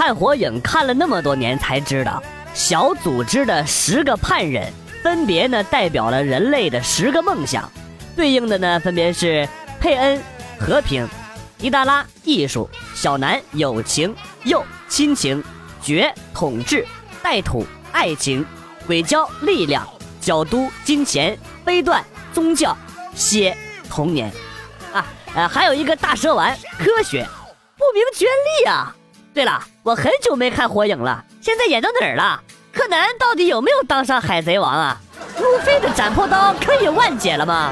看火影看了那么多年才知道，小组织的10个叛忍分别呢代表了人类的10个梦想，对应的呢分别是佩恩和平、伊达拉艺术、小南友情、佑亲情、绝统治、带土爱情、鬼鲛力量、角都金钱、飞段宗教、蝎童年还有一个大蛇丸科学，不明觉厉啊。对了，我很久没看火影了，现在演到哪儿了？柯南到底有没有当上海贼王啊？路飞的斩破刀可以万解了吗？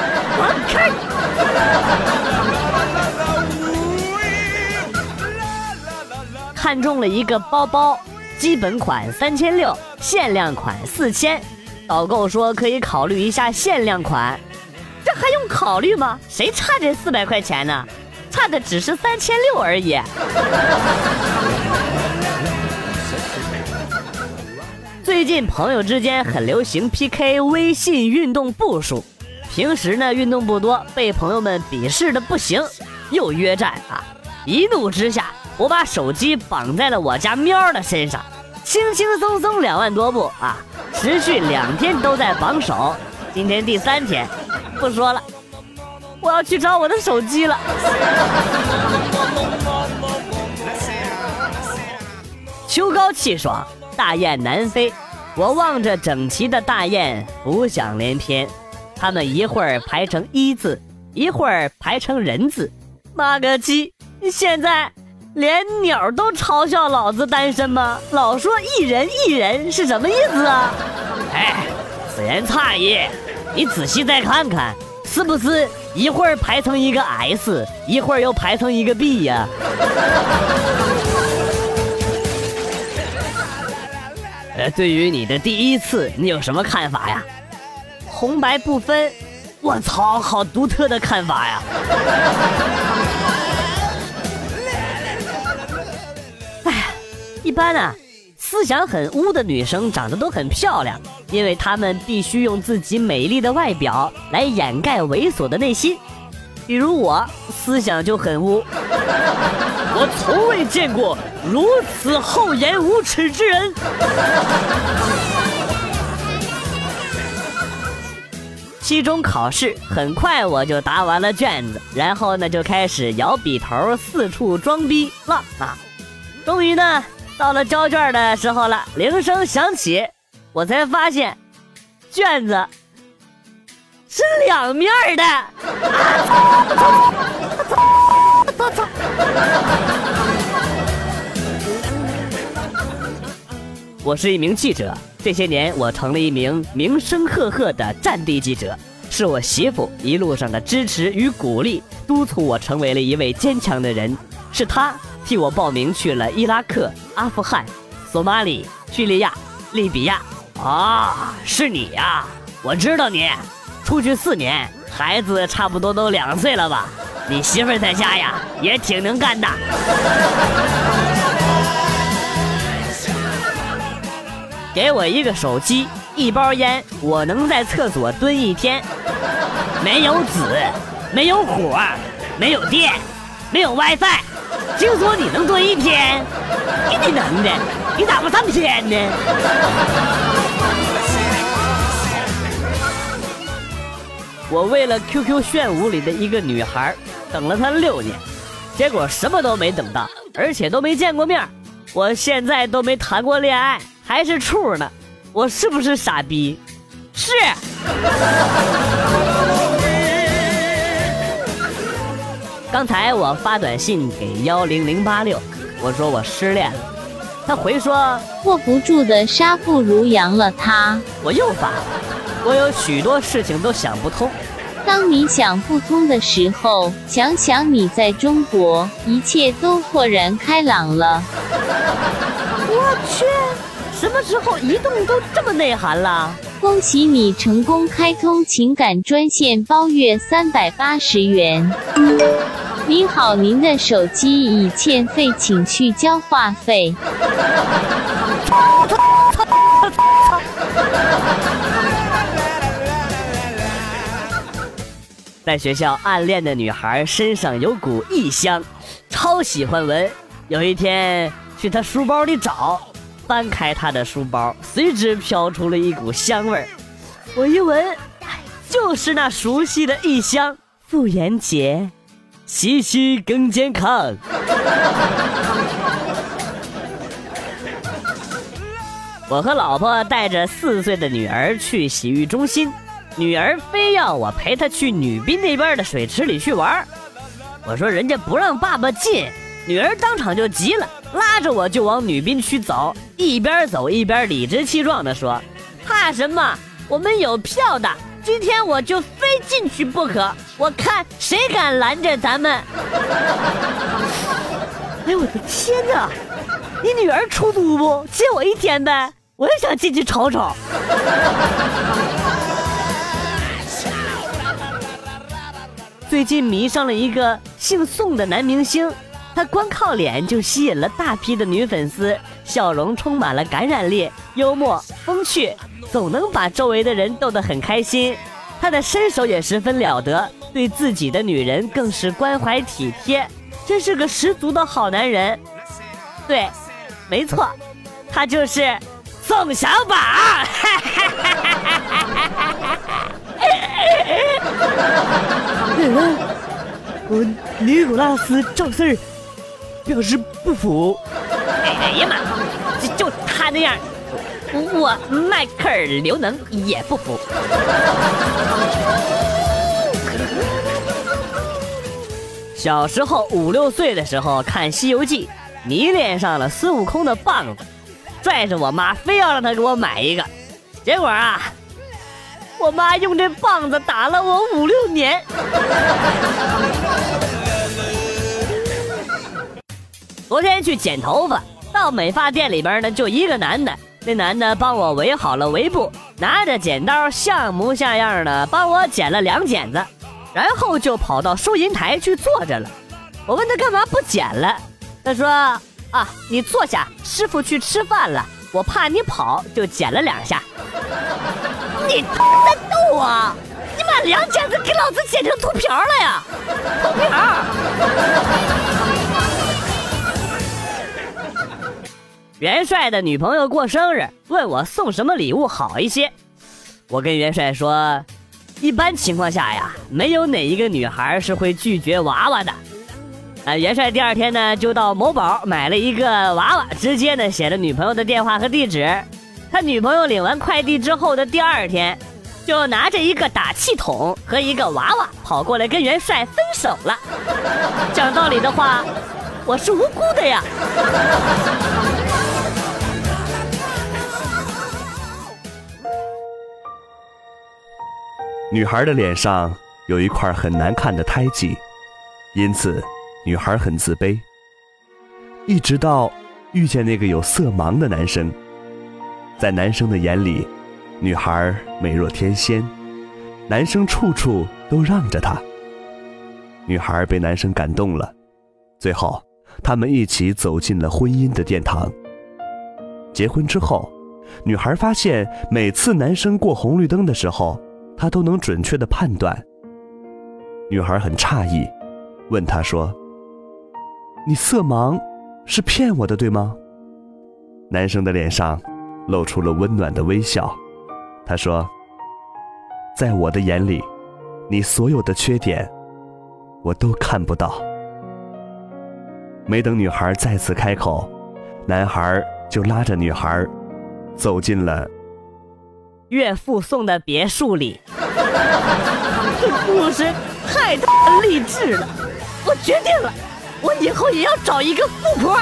看中了一个包包，基本款3600，限量款4000，导购说可以考虑一下限量款，这还用考虑吗？谁差这400块钱呢？差的只是3600而已。最近朋友之间很流行 PK 微信运动步数，平时呢运动不多，被朋友们鄙视的不行，又约战啊！一怒之下，我把手机绑在了我家喵的身上，轻轻松松2万多步啊！持续2天都在绑手，今天第3天，不说了，我要去找我的手机了。秋高气爽，大雁南飞，我望着整齐的大雁，浮想联翩。它们一会儿排成一字，一会儿排成人字。妈个鸡！现在连鸟都嘲笑老子单身吗？老说一人一人是什么意思啊？哎，此言差矣，你仔细再看看，是不是一会儿排成一个 S， 一会儿又排成一个 B 呀？对于你的第一次，你有什么看法呀？红白不分，我操，好独特的看法呀！哎，一般啊，思想很污的女生长得都很漂亮，因为她们必须用自己美丽的外表来掩盖猥琐的内心。比如我，思想就很污，我从未见过如此厚颜无耻之人。期中考试很快我就答完了卷子，然后呢就开始摇笔头四处装逼了啊！终于呢到了交卷的时候了，铃声响起，我才发现卷子是2面的。我是一名记者，这些年我成了一名名声赫赫的战地记者，是我媳妇一路上的支持与鼓励，督促我成为了一位坚强的人。是她替我报名去了伊拉克、阿富汗、索马里、叙利亚、利比亚。是你呀，我知道你。出去4年，孩子差不多都2岁了吧？你媳妇在家呀，也挺能干的。给我一个手机，1包烟，我能在厕所蹲1天。没有纸，没有火，没有电，没有 WiFi， 听说你能蹲1天？给你能的，你咋不上天呢？我为了 QQ 炫舞里的一个女孩等了她6年，结果什么都没等到，而且都没见过面。我现在都没谈过恋爱，还是处呢，我是不是傻逼？是。刚才我发短信给10086，我说我失恋了，他回说握不住的沙不如扬了它。 我又发了，我有许多事情都想不通。 当你想不通的时候，想想你在中国，一切都豁然开朗了。 我去，什么时候移动都这么内涵了？ 恭喜你成功开通情感专线，包月380元。您好，您的手机已欠费，请去交话费。在学校暗恋的女孩身上有股异香，超喜欢闻。有一天去去他书包里找，翻开他的书包，随之飘出了一股香味儿。我一闻，就是那熟悉的异香。妇炎洁，洗洗更健康。我和老婆带着4岁的女儿去洗浴中心，女儿非要我陪她去女宾那边的水池里去玩。我说人家不让爸爸进，女儿当场就急了，拉着我就往女宾区走，一边走一边理直气壮地说：怕什么？我们有票的，今天我就非进去不可，我看谁敢拦着咱们。哎，我的天哪！你女儿出租不？借我1天呗，我也想进去瞅瞅。最近迷上了一个姓宋的男明星，他光靠脸就吸引了大批的女粉丝，笑容充满了感染力，幽默风趣，总能把周围的人逗得很开心。他的身手也十分了得，对自己的女人更是关怀体贴，真是个十足的好男人。对，没错，他就是宋小宝。我尼古拉斯赵四儿表示不服。哎呀妈，就他那样，我迈克尔刘能也不服。小时候5、6岁的时候看《西游记》，迷恋上了孙悟空的棒子，拽着我妈非要让她给我买一个，结果啊，我妈用这棒子打了我5、6年。昨天去剪头发，到美发店里边呢，就一个男的，那男的帮我围好了围布，拿着剪刀像模像样的帮我剪了2剪子，然后就跑到收银台去坐着了。我问他干嘛不剪了，他说啊，你坐下，师傅去吃饭了，我怕你跑，就剪了2下。你在逗我？你把2剪子给老子剪成秃瓢了呀！秃瓢。元帅的女朋友过生日，问我送什么礼物好一些。我跟元帅说，一般情况下呀，没有哪一个女孩是会拒绝娃娃的。元帅第2天呢，就到某宝买了一个娃娃，直接呢写了女朋友的电话和地址。他女朋友领完快递之后的第2天，就拿着一个打气筒和一个娃娃跑过来跟元帅分手了。讲道理的话，我是无辜的呀。 女孩的脸上有一块很难看的胎记，因此女孩很自卑。一直到遇见那个有色盲的男生，在男生的眼里，女孩美若天仙，男生处处都让着她。女孩被男生感动了，最后他们一起走进了婚姻的殿堂。结婚之后，女孩发现每次男生过红绿灯的时候，她都能准确地判断。女孩很诧异，问他说，你色盲是骗我的对吗？男生的脸上露出了温暖的微笑，他说，在我的眼里，你所有的缺点我都看不到。没等女孩再次开口，男孩就拉着女孩走进了岳父送的别墅里。这故事太励志了，我决定了，我以后也要找一个富婆。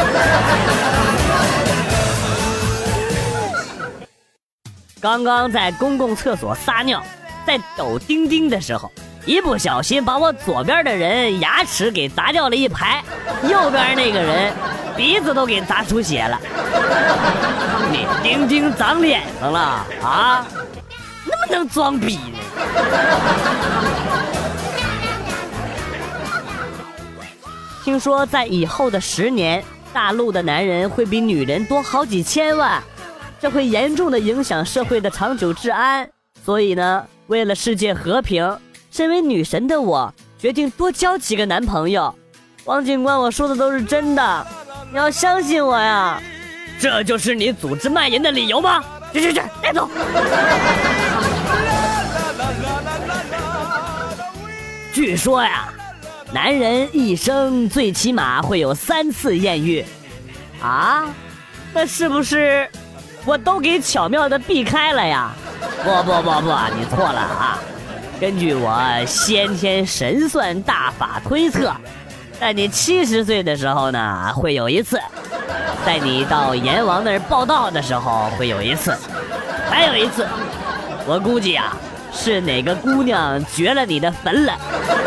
刚刚在公共厕所撒尿，在抖钉钉的时候，一不小心把我左边的人牙齿给砸掉了1排，右边那个人鼻子都给砸出血了。你钉钉长脸上了啊？能不能装逼呢？听说在以后的10年，大陆的男人会比女人多好几千万，这会严重的影响社会的长久治安。所以呢，为了世界和平，身为女神的我决定多交几个男朋友。王警官，我说的都是真的， 你要相信我呀！这就是你组织卖淫的理由吗？去，带走！据说呀，男人一生最起码会有3次艳遇。啊？那是不是我都给巧妙的避开了呀？不，你错了啊！根据我先天神算大法推测，在你70岁的时候呢，会有1次；在你到阎王那儿报道的时候，会有1次；还有1次，我估计啊，是哪个姑娘掘了你的坟了。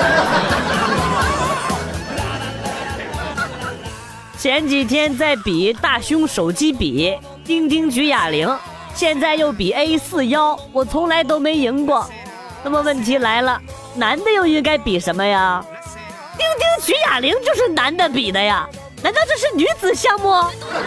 前几天在比大胸手机比钉钉举哑铃，现在又比 A4 腰，我从来都没赢过。那么问题来了，男的又应该比什么呀？钉钉举哑铃就是男的比的呀，难道这是女子项目？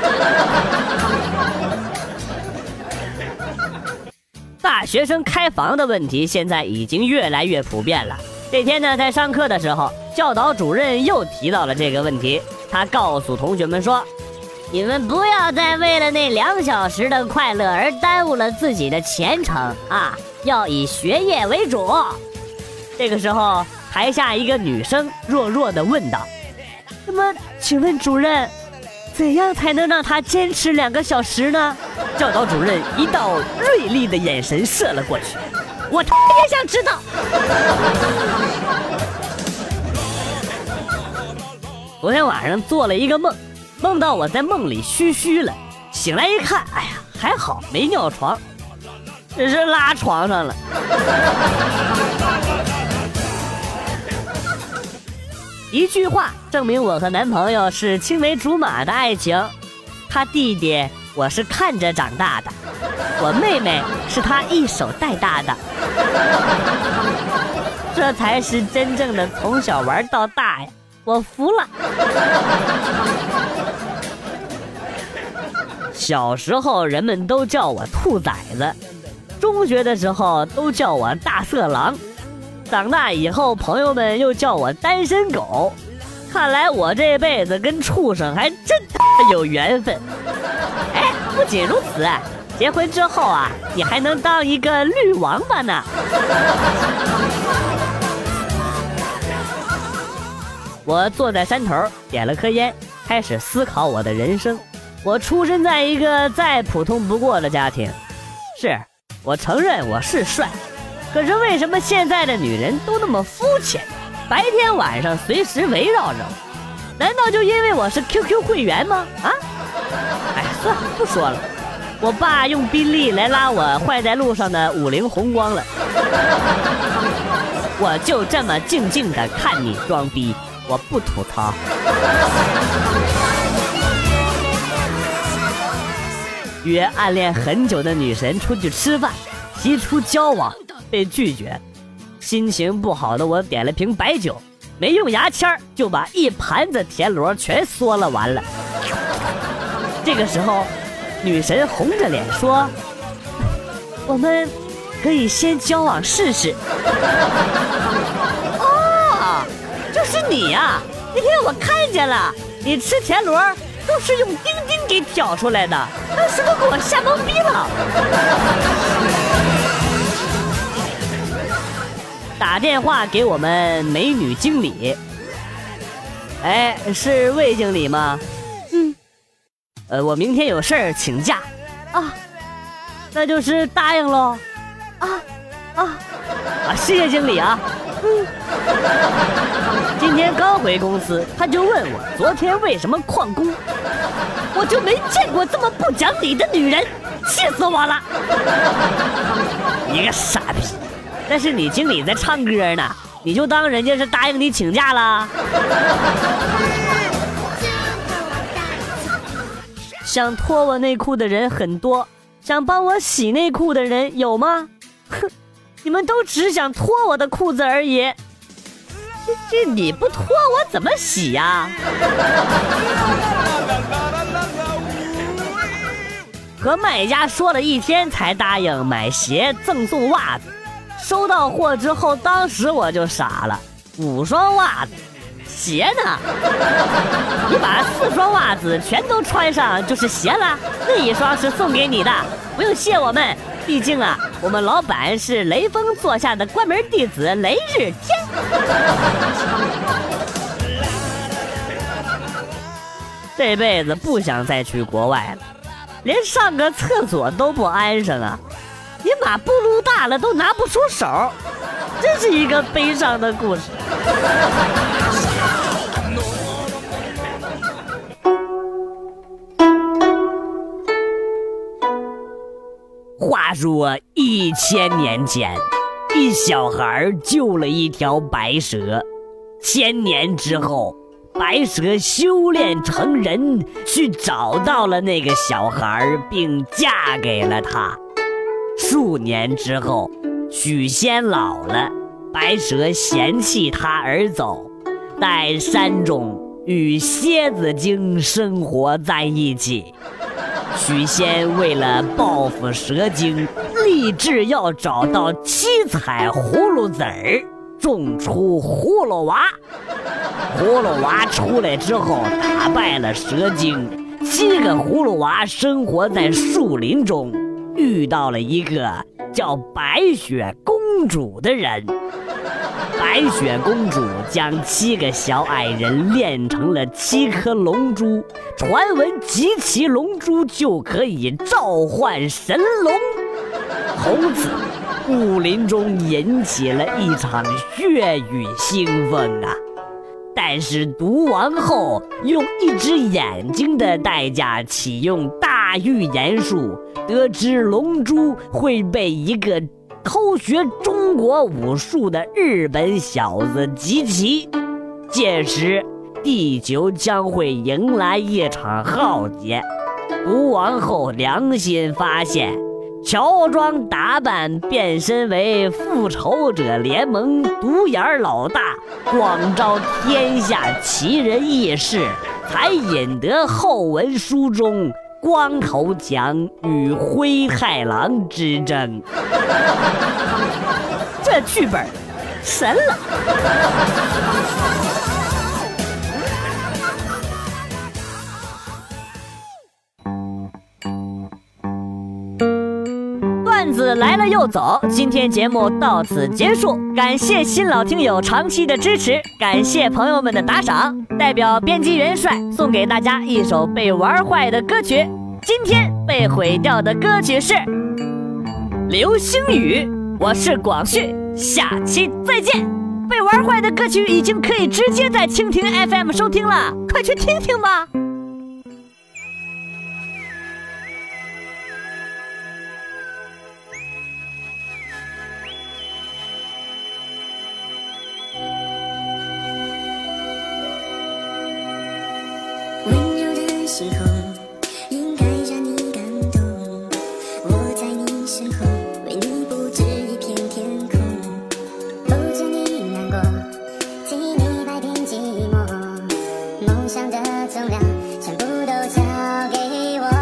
大学生开房的问题现在已经越来越普遍了。这天呢，在上课的时候，教导主任又提到了这个问题。他告诉同学们说，你们不要再为了那2小时的快乐而耽误了自己的前程啊，要以学业为主。这个时候，台下一个女生弱弱地问道，那么请问主任，怎样才能让他坚持2个小时呢？教导主任一道锐利的眼神射了过去，我也想知道。昨天晚上做了一个梦，梦到我在梦里嘘了，醒来一看，哎呀，还好没尿床，只是拉床上了。一句话证明我和男朋友是青梅竹马的爱情。他弟弟我是看着长大的，我妹妹是他一手带大的，这才是真正的从小玩到大呀，我服了。小时候人们都叫我兔崽子，中学的时候都叫我大色狼，长大以后朋友们又叫我单身狗。看来我这辈子跟畜生还真有缘分。哎，不仅如此，结婚之后啊，你还能当一个绿王八呢。我坐在山头，点了颗烟，开始思考我的人生。我出生在一个再普通不过的家庭，是我承认我是帅，可是为什么现在的女人都那么肤浅，白天晚上随时围绕着我？难道就因为我是 QQ 会员吗？啊？哎，算了，不说了。我爸用宾利来拉我坏在路上的50红光了。我就这么静静的看你装逼，我不吐槽。约暗恋很久的女神出去吃饭，提出交往，被拒绝。心情不好的我点了瓶白酒，没用牙签就把一盘子田螺全嗦了完了。这个时候，女神红着脸说：“我们可以先交往试试。”哦，就是你呀！那天我看见了，你吃田螺都是用钉钉给挑出来的，当时都给我吓懵逼了。打电话给我们美女经理，哎，是魏经理吗？我明天有事儿请假啊，那就是答应喽。谢谢经理啊。今天刚回公司，他就问我昨天为什么旷工，我就没见过这么不讲理的女人，气死我了！你个傻逼！但是你经理在唱歌呢，你就当人家是答应你请假了。想脱我内裤的人很多，想帮我洗内裤的人有吗？哼，你们都只想脱我的裤子而已。这你不脱我怎么洗呀？和卖家说了1天才答应买鞋赠送袜子，收到货之后当时我就傻了，5双袜子鞋呢？你把4双袜子全都穿上就是鞋了，那1双是送给你的，不用谢我们。毕竟啊，我们老板是雷锋座下的关门弟子雷日天。这辈子不想再去国外了，连上个厕所都不安生啊！你马步路大了都拿不出手，真是一个悲伤的故事。话说1000年前，一小孩救了一条白蛇，1000年之后，白蛇修炼成人，去找到了那个小孩，并嫁给了他。数年之后，许仙老了，白蛇嫌弃他而走，在山中与蝎子精生活在一起。许仙为了报复蛇精，立志要找到7彩葫芦籽儿，种出葫芦娃。葫芦娃出来之后，打败了蛇精，7个葫芦娃生活在树林中，遇到了一个叫白雪公主的人。白雪公主将7个小矮人炼成了7颗龙珠，传闻集齐龙珠就可以召唤神龙。从此武林中引起了一场血雨腥风啊！但是毒王后用1只眼睛的代价启用大预言术，得知龙珠会被一个偷学中国武术的日本小子集齐，届时地球将会迎来一场浩劫。毒王后良心发现，乔装打扮变身为复仇者联盟独眼老大，广招天下奇人异士，才引得后文书中光头强与灰太狼之争。这剧本神了！段子来了又走，今天节目到此结束，感谢新老听友长期的支持，感谢朋友们的打赏。代表编辑元帅送给大家一首被玩坏的歌曲，今天被毁掉的歌曲是流星雨。我是广旭，下期再见。被玩坏的歌曲已经可以直接在蜻蜓 FM 收听了，快去听听吧。 时候应该让你感动，我在你身后为你布置一片天空，不止你难过，替你摆平寂寞，梦想的重量全部都交给我。